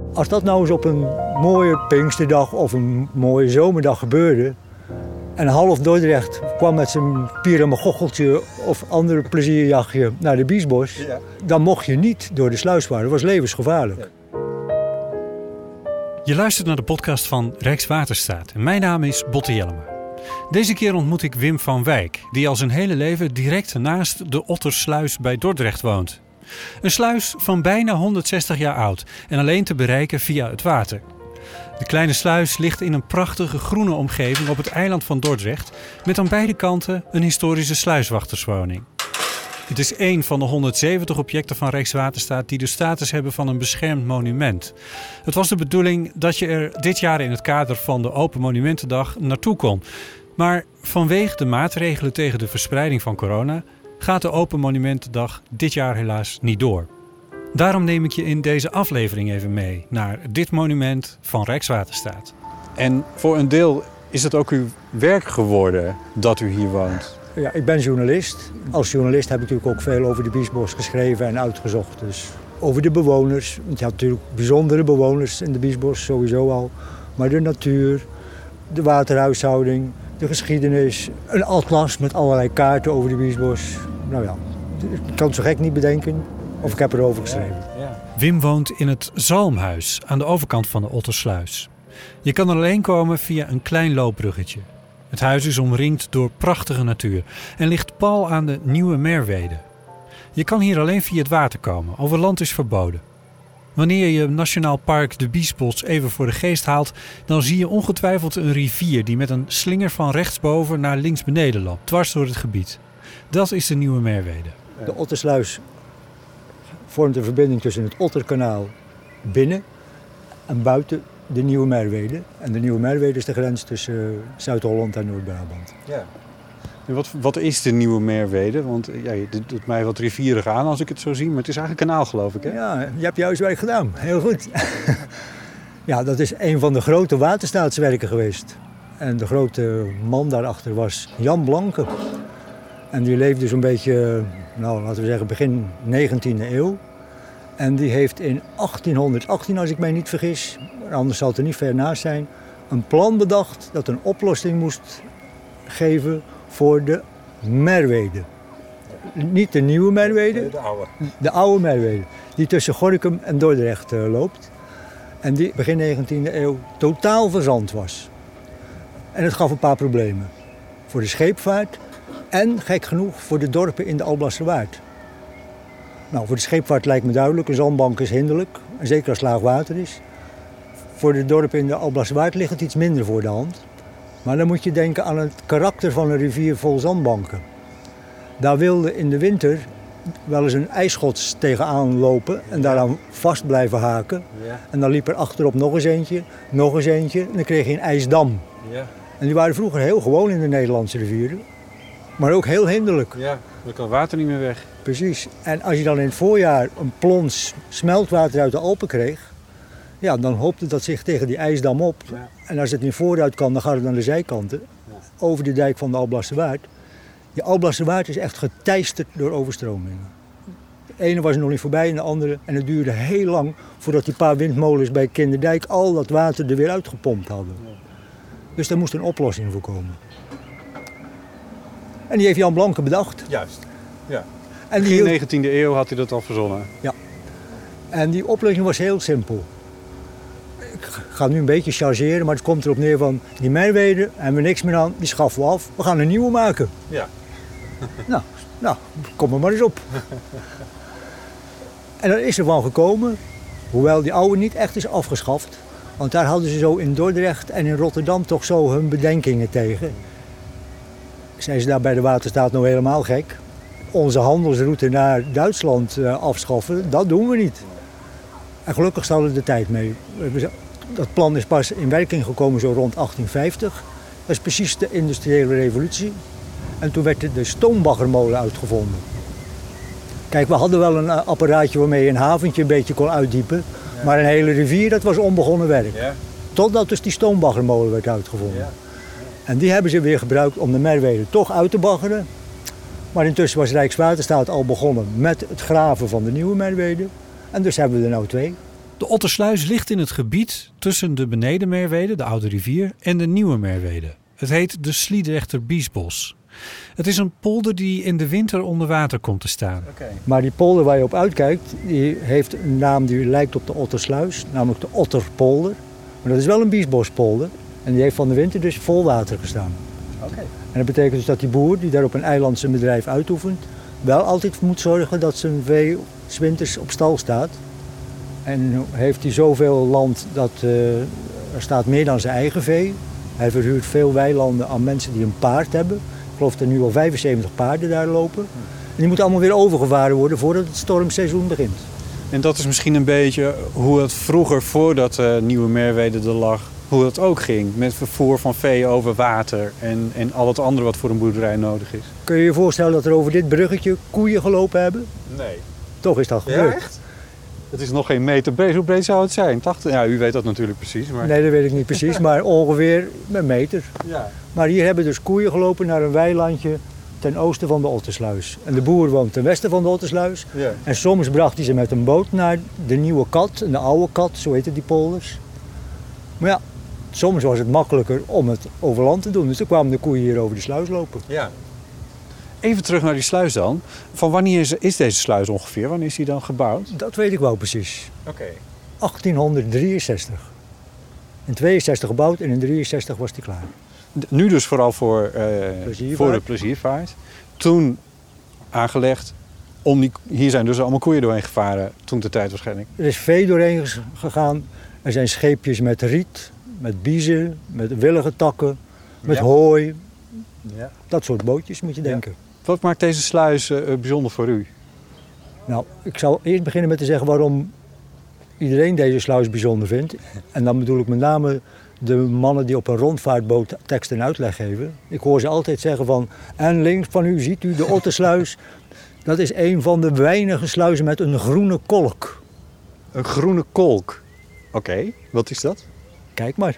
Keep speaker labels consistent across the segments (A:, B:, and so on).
A: Als dat nou eens op een mooie Pinksterdag of een mooie zomerdag gebeurde en half Dordrecht kwam met zijn pieremagocheltje of ander plezierjachtje naar de Biesbos, dan mocht je niet door de sluis varen. Dat was levensgevaarlijk.
B: Je luistert naar de podcast van Rijkswaterstaat en mijn naam is Botte Jellema. Deze keer ontmoet ik Wim van Wijk, die al zijn hele leven direct naast de Ottersluis bij Dordrecht woont. Een sluis van bijna 160 jaar oud en alleen te bereiken via het water. De kleine sluis ligt in een prachtige groene omgeving op het eiland van Dordrecht met aan beide kanten een historische sluiswachterswoning. Het is één van de 170 objecten van Rijkswaterstaat die de status hebben van een beschermd monument. Het was de bedoeling dat je er dit jaar in het kader van de Open Monumentendag naartoe kon. Maar vanwege de maatregelen tegen de verspreiding van corona gaat de Open Monumentendag dit jaar helaas niet door. Daarom neem ik je in deze aflevering even mee naar dit monument van Rijkswaterstaat. En voor een deel is het ook uw werk geworden dat u hier woont?
A: Ja, ik ben journalist. Als journalist heb ik natuurlijk ook veel over de Biesbos geschreven en uitgezocht. Dus over de bewoners. Want je had natuurlijk bijzondere bewoners in de Biesbos, sowieso al. Maar de natuur, de waterhuishouding, de geschiedenis. Een atlas met allerlei kaarten over de Biesbos. Nou ja, ik kan het zo gek niet bedenken. Of ik heb erover geschreven.
B: Wim woont in het Zalmhuis aan de overkant van de Ottersluis. Je kan er alleen komen via een klein loopbruggetje. Het huis is omringd door prachtige natuur en ligt pal aan de Nieuwe Merwede. Je kan hier alleen via het water komen, over land is verboden. Wanneer je Nationaal Park de Biesbos even voor de geest haalt, dan zie je ongetwijfeld een rivier die met een slinger van rechtsboven naar links beneden loopt, dwars door het gebied. Dat is de Nieuwe Merwede.
A: De Ottersluis vormt een verbinding tussen het Otterkanaal binnen en buiten de Nieuwe Merwede. En de Nieuwe Merwede is de grens tussen Zuid-Holland en Noord-Brabant.
B: Ja. En wat is de Nieuwe Merwede? Want ja, je doet mij wat rivierig aan als ik het zo zie, maar het is eigenlijk een kanaal, geloof ik, hè?
A: Ja, je hebt juist werk gedaan. Heel goed. Ja, dat is een van de grote waterstaatswerken geweest. En de grote man daarachter was Jan Blanke. En die leefde zo'n beetje, nou, laten we zeggen, begin 19e eeuw. En die heeft in 1818, als ik mij niet vergis, anders zal het er niet ver naast zijn, een plan bedacht dat een oplossing moest geven voor de Merwede. Niet de Nieuwe Merwede, de oude Merwede, die tussen Gorinchem en Dordrecht loopt. En die begin 19e eeuw totaal verzand was. En het gaf een paar problemen. Voor de scheepvaart en, gek genoeg, voor de dorpen in de Alblasserwaard. Nou, voor de scheepvaart lijkt me duidelijk, een zandbank is hinderlijk, en zeker als het laag water is. Voor de dorpen in de Alblasserwaard ligt het iets minder voor de hand. Maar dan moet je denken aan het karakter van een rivier vol zandbanken. Daar wilde in de winter wel eens een ijsschots tegenaan lopen en daaraan vast blijven haken. Ja. En dan liep er achterop nog eens eentje en dan kreeg je een ijsdam. Ja. En die waren vroeger heel gewoon in de Nederlandse rivieren, maar ook heel hinderlijk.
B: Ja, dan kan water niet meer weg.
A: Precies. En als je dan in het voorjaar een plons smeltwater uit de Alpen kreeg, ja, dan hoopte dat zich tegen die ijsdam op. Ja. En als het niet vooruit kan, dan gaat het naar de zijkanten, over de dijk van de Alblasserwaard. Die Alblasserwaard is echt geteisterd door overstromingen. De ene was nog niet voorbij en de andere. En het duurde heel lang voordat die paar windmolens bij Kinderdijk al dat water er weer uitgepompt hadden. Ja. Dus daar moest een oplossing voor komen. En die heeft Jan Blanke bedacht.
B: Juist, ja.
A: En
B: in de 19e eeuw had hij dat al verzonnen.
A: Ja. En die oplossing was heel simpel. Ik ga nu een beetje chargeren, maar het komt erop neer van die Merwede hebben we niks meer aan, die schaffen we af. We gaan een nieuwe maken.
B: Ja.
A: Nou, kom er maar eens op. En dan is er van gekomen, hoewel die oude niet echt is afgeschaft. Want daar hadden ze zo in Dordrecht en in Rotterdam toch zo hun bedenkingen tegen. Zijn ze daar bij de Waterstaat nou helemaal gek? Onze handelsroute naar Duitsland afschaffen, dat doen we niet. En gelukkig staat er de tijd mee. Dat plan is pas in werking gekomen zo rond 1850. Dat is precies de industriële revolutie. En toen werd de stoombaggermolen uitgevonden. Kijk, we hadden wel een apparaatje waarmee je een haventje een beetje kon uitdiepen. Ja. Maar een hele rivier, dat was onbegonnen werk. Ja. Totdat dus die stoombaggermolen werd uitgevonden. Ja. Ja. En die hebben ze weer gebruikt om de Merwede toch uit te baggeren. Maar intussen was Rijkswaterstaat al begonnen met het graven van de Nieuwe Merwede. En dus hebben we er nou twee.
B: De Ottersluis ligt in het gebied tussen de Beneden Merwede, de oude rivier, en de Nieuwe Merwede. Het heet de Sliedrechter Biesbos. Het is een polder die in de winter onder water komt te staan.
A: Okay. Maar die polder waar je op uitkijkt, die heeft een naam die lijkt op de Ottersluis, namelijk de Otterpolder. Maar dat is wel een biesbospolder en die heeft van de winter dus vol water gestaan. Okay. En dat betekent dus dat die boer die daar op een eiland zijn bedrijf uitoefent, wel altijd moet zorgen dat zijn vee 's winters op stal staat. En heeft hij zoveel land dat er staat meer dan zijn eigen vee. Hij verhuurt veel weilanden aan mensen die een paard hebben. Ik geloof dat er nu al 75 paarden daar lopen. En die moeten allemaal weer overgevaren worden voordat het stormseizoen begint.
B: En dat is misschien een beetje hoe het vroeger, voordat Nieuwe Merwede er lag, hoe het ook ging. Met vervoer van vee over water en al het andere wat voor een boerderij nodig is.
A: Kun je je voorstellen dat er over dit bruggetje koeien gelopen hebben?
B: Nee.
A: Toch is dat gebeurd.
B: Ja, echt? Het is nog geen meter breed. Hoe breed zou het zijn? 80? Ja, u weet dat natuurlijk precies. Maar...
A: Nee, dat weet ik niet precies, maar ongeveer een meter.
B: Ja.
A: Maar hier hebben dus koeien gelopen naar een weilandje ten oosten van de Ottersluis. En de boer woont ten westen van de Ottersluis. Ja. En soms bracht hij ze met een boot naar de Nieuwe Kat en de Oude Kat, zo heten die polders. Maar ja, soms was het makkelijker om het over land te doen. Dus dan kwamen de koeien hier over de sluis lopen.
B: Ja. Even terug naar die sluis dan. Van wanneer is deze sluis ongeveer? Wanneer is die dan gebouwd?
A: Dat weet ik wel precies.
B: Oké.
A: 1863. In 62 gebouwd en in 63 was die klaar.
B: Nu dus vooral voor de pleziervaart. Toen aangelegd. Hier zijn dus allemaal koeien doorheen gevaren. Toen de tijd waarschijnlijk.
A: Er is vee doorheen gegaan. Er zijn scheepjes met riet, met biezen, met willige takken, met hooi. Ja. Dat soort bootjes moet je denken.
B: Ja. Wat maakt deze sluis bijzonder voor u?
A: Nou, ik zal eerst beginnen met te zeggen waarom iedereen deze sluis bijzonder vindt. En dan bedoel ik met name de mannen die op een rondvaartboot tekst en uitleg geven. Ik hoor ze altijd zeggen van, en links van u ziet u de Ottersluis. Dat is een van de weinige sluizen met een groene kolk.
B: Een groene kolk? Oké, wat is dat?
A: Kijk maar.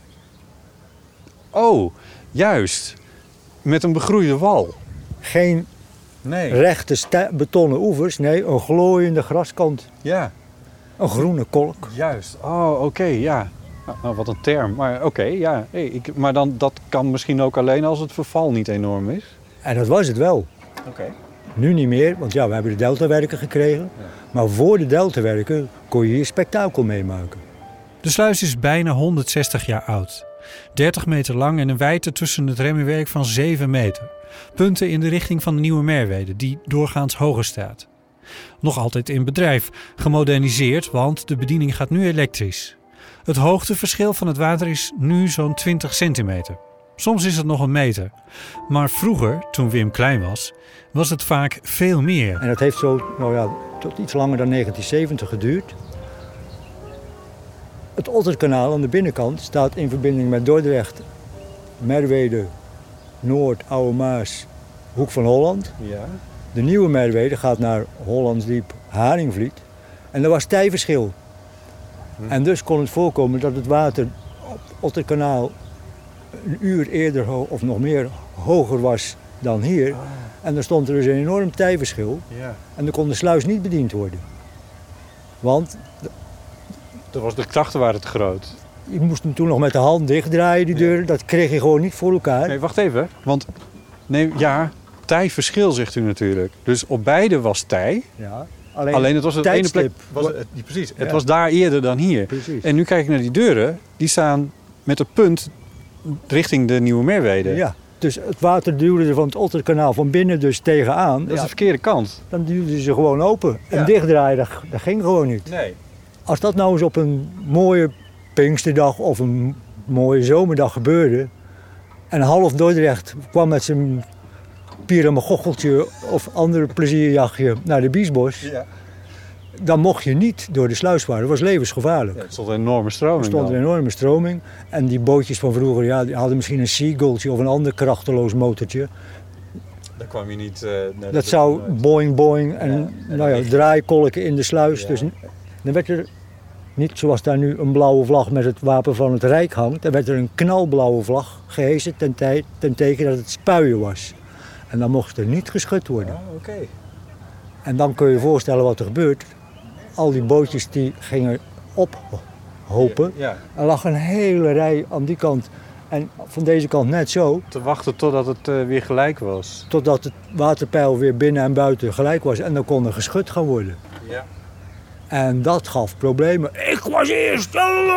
B: Oh, juist. Met een begroeide wal.
A: Geen rechte betonnen oevers, nee, een glooiende graskant.
B: Ja.
A: Een groene kolk.
B: Juist. Oh, oké, ja. Nou, wat een term. Maar oké, ja. Maar dan, dat kan misschien ook alleen als het verval niet enorm is.
A: En dat was het wel.
B: Oké.
A: Nu niet meer, want ja, we hebben de deltawerken gekregen. Ja. Maar voor de deltawerken kon je hier spektakel meemaken. De sluis is bijna 160 jaar oud. 30 meter lang en een wijdte tussen het remmenwerk van 7 meter. Punten in de richting van de Nieuwe Merwede, die doorgaans hoger staat. Nog altijd in bedrijf, gemoderniseerd, want de bediening gaat nu elektrisch. Het hoogteverschil van het water is nu zo'n 20 centimeter. Soms is het nog een meter. Maar vroeger, toen Wim klein was, was het vaak veel meer. En dat heeft zo, tot iets langer dan 1970 geduurd. Het Otterkanaal aan de binnenkant staat in verbinding met Dordrecht, Merwede, Noord, Oude Maas, Hoek van Holland. Ja. De Nieuwe Merwede gaat naar Hollandsdiep, Haringvliet. En er was tijverschil. En dus kon het voorkomen dat het water op het Otterkanaal een uur eerder of nog meer hoger was dan hier. En dan stond er dus een enorm tijverschil. Ja. En dan kon de sluis niet bediend worden. Want
B: de krachten waren te groot.
A: Je moest hem toen nog met de hand dichtdraaien, die deur. Dat kreeg je gewoon niet voor elkaar.
B: Nee, wacht even. Want tijverschil zegt u natuurlijk. Dus op beide was tij. Ja. Alleen het was het ene plek. Precies. Het was daar eerder dan hier. Precies. En nu kijk ik naar die deuren. Die staan met het punt richting de Nieuwe Merwede.
A: Ja. Dus het water duwde er van het Otterkanaal van binnen dus tegenaan.
B: Dat is de verkeerde kant.
A: Dan duwden ze gewoon open. En dichtdraaien, dat ging gewoon niet. Nee. Als dat nou eens op een mooie Pinksterdag of een mooie zomerdag gebeurde. En half Dordrecht kwam met zijn pieremagocheltje of ander plezierjachtje naar de Biesbos. Ja. Dan mocht je niet door de sluis varen. Dat was levensgevaarlijk.
B: Ja, er stond een enorme stroming.
A: Er stond een enorme stroming. En die bootjes van vroeger, die hadden misschien een Seagulltje of een ander krachteloos motortje.
B: Daar kwam je niet...
A: dat zou boing boing en draaikolken in de sluis. Ja. Dus dan werd er niet zoals daar nu een blauwe vlag met het wapen van het Rijk hangt. Dan werd er een knalblauwe vlag gehesen ten teken dat het spuien was. En dan mocht er niet geschud worden.
B: Oh, okay.
A: En dan kun je je voorstellen wat er gebeurt. Al die bootjes die gingen ophopen.
B: Ja.
A: Er lag een hele rij aan die kant en van deze kant net zo.
B: Te wachten totdat het weer gelijk was.
A: Totdat het waterpeil weer binnen en buiten gelijk was. En dan kon er geschud gaan worden.
B: Ja.
A: En dat gaf problemen. Ik was eerst.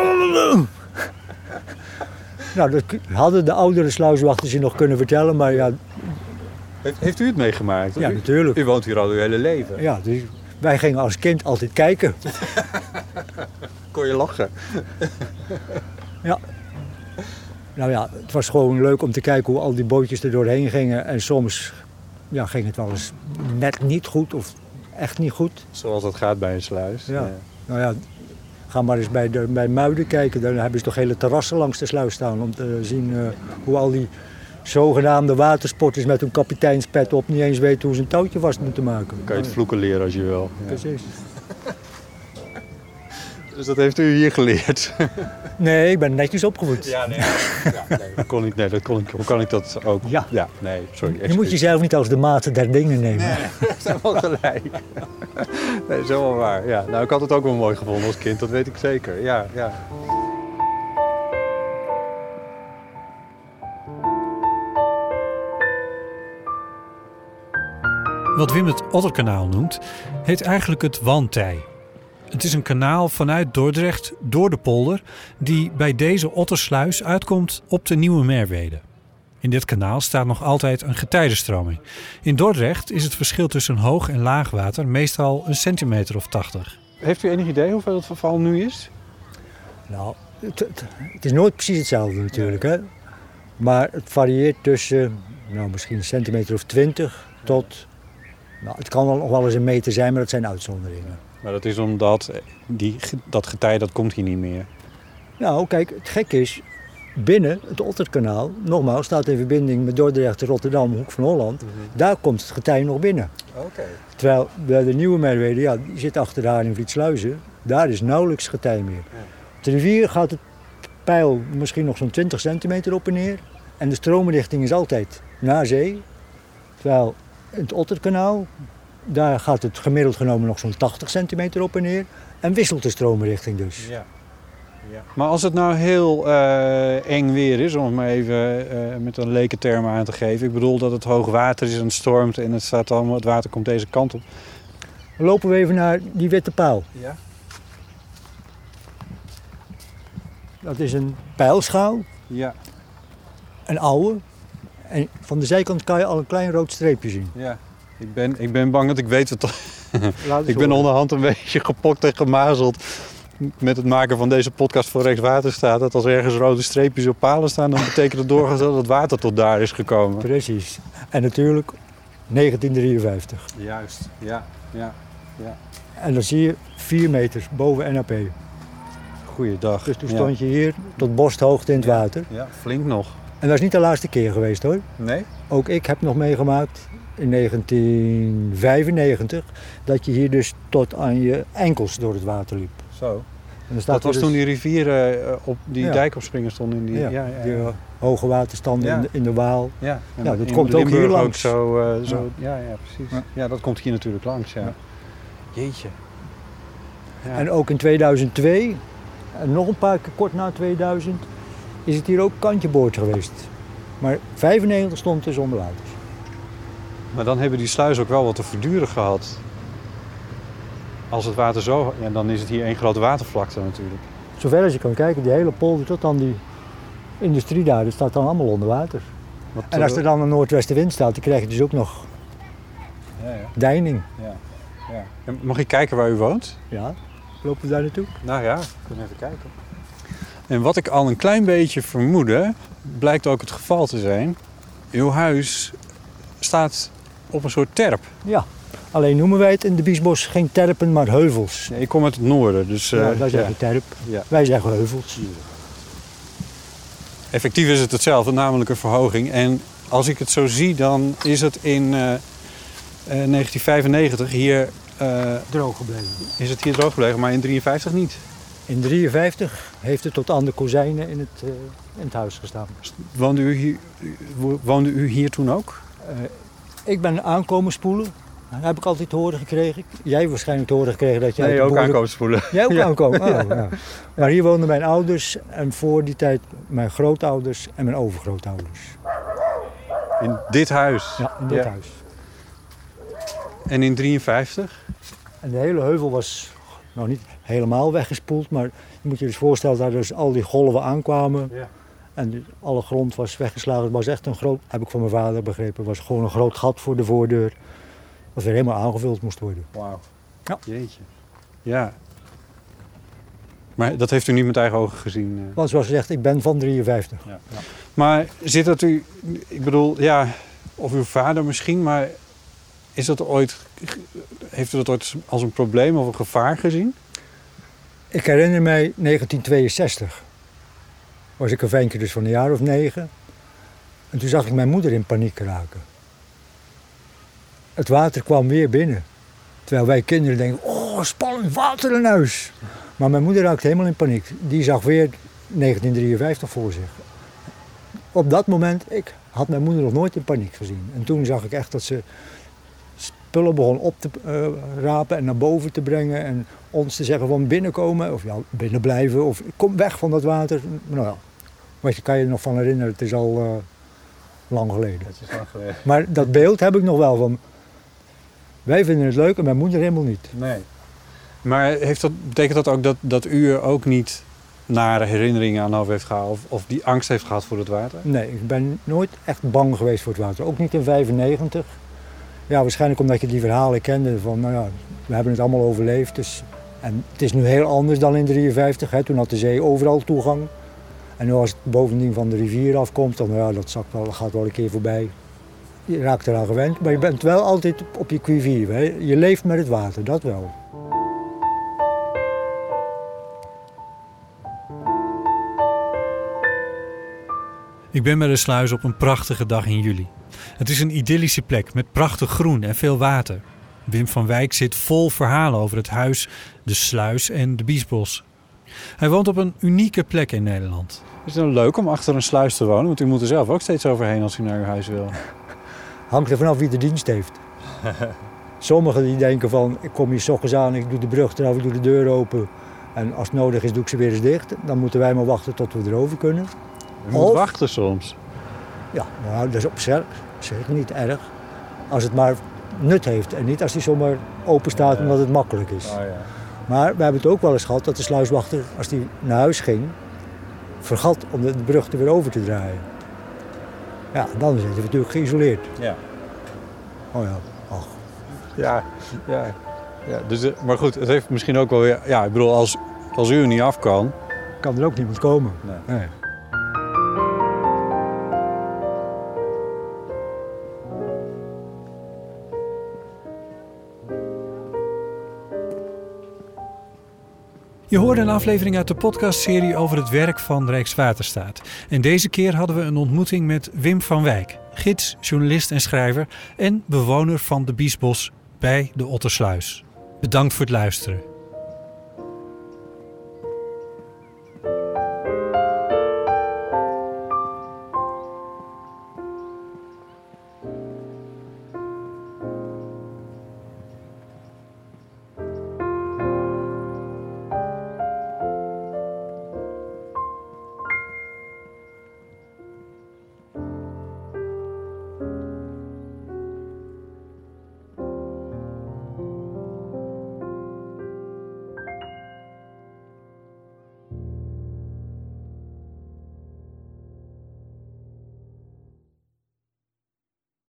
A: Nou, dat hadden de oudere sluiswachters je nog kunnen vertellen, maar ja...
B: Heeft u het meegemaakt?
A: Ja, natuurlijk.
B: U woont hier al uw hele leven.
A: Ja, dus wij gingen als kind altijd kijken.
B: Kon je lachen?
A: Ja. Nou ja, het was gewoon leuk om te kijken hoe al die bootjes er doorheen gingen. En soms ging het wel eens net niet goed of echt niet goed.
B: Zoals dat gaat bij een sluis.
A: Ja. Nou ja, ga maar eens bij Muiden kijken. Daar hebben ze toch hele terrassen langs de sluis staan. Om te zien hoe al die zogenaamde watersporters met hun kapiteinspet op niet eens weten hoe ze een touwtje vast moeten maken.
B: Dan kan je het vloeken leren als je wil. Ja.
A: Precies.
B: Dus dat heeft u hier geleerd?
A: Nee, ik ben netjes opgevoed.
B: Ja, nee. Hoe kan ik dat ook?
A: Ja.
B: Nee, sorry.
A: Je moet jezelf niet als de maat der dingen nemen.
B: Nee, dat is wel gelijk. Nee, dat is wel waar. Ja. Nou, ik had het ook wel mooi gevonden als kind, dat weet ik zeker. Ja. Wat Wim het Otterkanaal noemt, heet eigenlijk het Wantij. Het is een kanaal vanuit Dordrecht door de polder die bij deze Ottersluis uitkomt op de Nieuwe Merwede. In dit kanaal staat nog altijd een getijdenstroming. In Dordrecht is het verschil tussen hoog en laag water meestal een centimeter of 80. Heeft u enig idee hoeveel het verval nu is?
A: Nou, het is nooit precies hetzelfde natuurlijk, hè. Maar het varieert tussen misschien een centimeter of 20 tot... Nou, het kan nog wel eens een meter zijn, maar dat zijn uitzonderingen.
B: Maar dat is omdat dat getij, dat komt hier niet meer.
A: Nou, kijk, het gek is, binnen het Otterkanaal, nogmaals, staat in verbinding met Dordrecht, Rotterdam, Hoek van Holland. Daar komt het getij nog binnen.
B: Okay.
A: Terwijl bij de Nieuwe Merwede, die zit achter de Haringvlietsluizen, daar is nauwelijks getij meer. Ja. Op de rivier gaat het peil misschien nog zo'n 20 centimeter op en neer. En de stroomrichting is altijd naar zee. Terwijl in het Otterkanaal, daar gaat het gemiddeld genomen nog zo'n 80 centimeter op en neer. En wisselt de stroomrichting dus. Ja.
B: Ja. Maar als het nou heel eng weer is, om het maar even met een leke term aan te geven. Ik bedoel dat het hoog water is en het stormt en het water komt deze kant op.
A: Dan lopen we even naar die witte paal.
B: Ja.
A: Dat is een peilschaal.
B: Ja.
A: Een oude. En van de zijkant kan je al een klein rood streepje zien.
B: Ja. Ik ben bang dat ik weet wat... Ik ben onderhand een beetje gepokt en gemazeld met het maken van deze podcast voor Rijkswaterstaat. Dat als ergens rode streepjes op palen staan, dan betekent het doorgaans dat het water tot daar is gekomen.
A: Precies. En natuurlijk 1953.
B: Juist, ja.
A: En dan zie je 4 meter boven NAP.
B: Goeiedag.
A: Dus toen stond je hier tot borsthoogte in het water.
B: Ja, flink nog.
A: En dat is niet de laatste keer geweest hoor.
B: Nee?
A: Ook ik heb nog meegemaakt in 1995 dat je hier dus tot aan je enkels door het water liep.
B: Zo.
A: En
B: dat was dus toen die rivieren op die dijk opspringen stonden in die...
A: Ja. Die hoge waterstanden in de Waal.
B: Ja,
A: dat komt ook hier langs.
B: Ook zo, ja, precies. Ja, dat komt hier natuurlijk langs, ja. Jeetje. Ja.
A: En ook in 2002, en nog een paar keer kort na 2000, is het hier ook kantjeboord geweest. Maar 95 stond het dus onder water.
B: Maar dan hebben die sluizen ook wel wat te verduren gehad. Als het water zo... Ja, dan is het hier één grote watervlakte natuurlijk.
A: Zover als je kan kijken, die hele polder tot aan die industrie daar, dat staat dan allemaal onder water. En als er dan een noordwestenwind staat, dan krijg je dus ook nog deining.
B: Ja. En mag ik kijken waar u woont?
A: Ja, lopen we daar naartoe?
B: Nou ja, we kunnen even kijken. En wat ik al een klein beetje vermoedde, blijkt ook het geval te zijn. Uw huis staat op een soort terp.
A: Ja, alleen noemen wij het in de Biesbos geen terpen, maar heuvels.
B: Nee, ik kom uit het noorden, dus...
A: wij zeggen terp, wij zeggen heuvels.
B: Effectief is het hetzelfde, namelijk een verhoging. En als ik het zo zie, dan is het in 1995 hier...
A: droog gebleven.
B: Is het hier droog gebleven, maar in 1953 niet?
A: In 1953 heeft het tot aan de kozijnen in het huis gestaan.
B: Woonde u hier toen ook?
A: Ik ben aankomen spoelen Dat heb ik altijd te horen gekregen. Jij waarschijnlijk te horen gekregen dat jij...
C: Nee, ook aankomen spoelen.
A: Jij ook aankomen? Oh, ja. Maar hier woonden mijn ouders en voor die tijd mijn grootouders en mijn overgrootouders.
C: In dit huis?
A: Ja, in dit huis.
C: En in 53?
A: En de hele heuvel was nog niet helemaal weggespoeld, maar je moet je dus voorstellen dat dus al die golven aankwamen.
C: Ja.
A: En alle grond was weggeslagen. Het was echt een groot, heb ik van mijn vader begrepen, het was gewoon een groot gat voor de voordeur. Dat weer helemaal aangevuld moest worden.
C: Wauw.
A: Ja.
C: Jeetje. Ja. Maar dat heeft u niet met eigen ogen gezien?
A: Want zoals gezegd, ik ben van 53.
C: Ja. Ja. Maar zit dat u... Ik bedoel, ja, of uw vader misschien, maar is dat ooit... Heeft u dat ooit als een probleem of een gevaar gezien?
A: Ik herinner mij 1962. Was ik een ventje dus van een jaar of 9. En toen zag ik mijn moeder in paniek raken. Het water kwam weer binnen. Terwijl wij kinderen denken, oh spannend, water in huis. Maar mijn moeder raakte helemaal in paniek. Die zag weer 1953 voor zich. Op dat moment, ik had mijn moeder nog nooit in paniek gezien. En toen zag ik echt dat ze spullen begon op te rapen en naar boven te brengen. En ons te zeggen van binnenkomen, of ja, binnen blijven, of kom weg van dat water. Nou ja, wat je kan je er nog van herinneren, het is al lang geleden.
C: Het is lang geleden.
A: Maar dat beeld heb ik nog wel van, wij vinden het leuk en mijn moeder helemaal niet.
C: Nee. Maar betekent dat ook dat u er ook niet nare herinneringen aan over heeft gehad of die angst heeft gehad voor het water?
A: Nee, ik ben nooit echt bang geweest voor het water. Ook niet in 1995. Ja, waarschijnlijk omdat je die verhalen kende van, nou ja, we hebben het allemaal overleefd. Dus, en het is nu heel anders dan in 1953. Hè. Toen had de zee overal toegang. En nu als het bovendien van de rivier afkomt, dan ja, dat gaat wel een keer voorbij. Je raakt eraan gewend, maar je bent wel altijd op je qui vive. Hè. Je leeft met het water, dat wel.
B: Ik ben bij de sluis op een prachtige dag in juli. Het is een idyllische plek met prachtig groen en veel water. Wim van Wijk zit vol verhalen over het huis, de sluis en de Biesbos. Hij woont op een unieke plek in Nederland.
C: Is het nou leuk om achter een sluis te wonen? Want u moet er zelf ook steeds overheen als u naar uw huis wil.
A: Hangt er vanaf wie de dienst heeft. Sommigen die denken van, ik kom hier 's ochtends aan, ik doe de brug eraf, ik doe de deur open. En als het nodig is, doe ik ze weer eens dicht. Dan moeten wij maar wachten tot we erover kunnen.
C: U moet wachten soms.
A: Ja, nou, dat is op zich zeker niet erg. Als het maar nut heeft en niet als die zomaar open staat omdat het makkelijk is.
C: Oh, ja.
A: Maar we hebben het ook wel eens gehad dat de sluiswachter, als die naar huis ging, vergat om de brug er weer over te draaien. Ja, dan zitten we natuurlijk geïsoleerd.
C: Ja.
A: Oh ja, ach.
C: Ja. Dus, maar goed, het heeft misschien ook wel weer... Ja, ik bedoel, als u er niet af kan...
A: Kan er ook niemand komen.
C: Nee.
B: Je hoorde een aflevering uit de podcastserie over het werk van Rijkswaterstaat. En deze keer hadden we een ontmoeting met Wim van Wijk, gids, journalist en schrijver en bewoner van de Biesbos bij de Ottersluis. Bedankt voor het luisteren.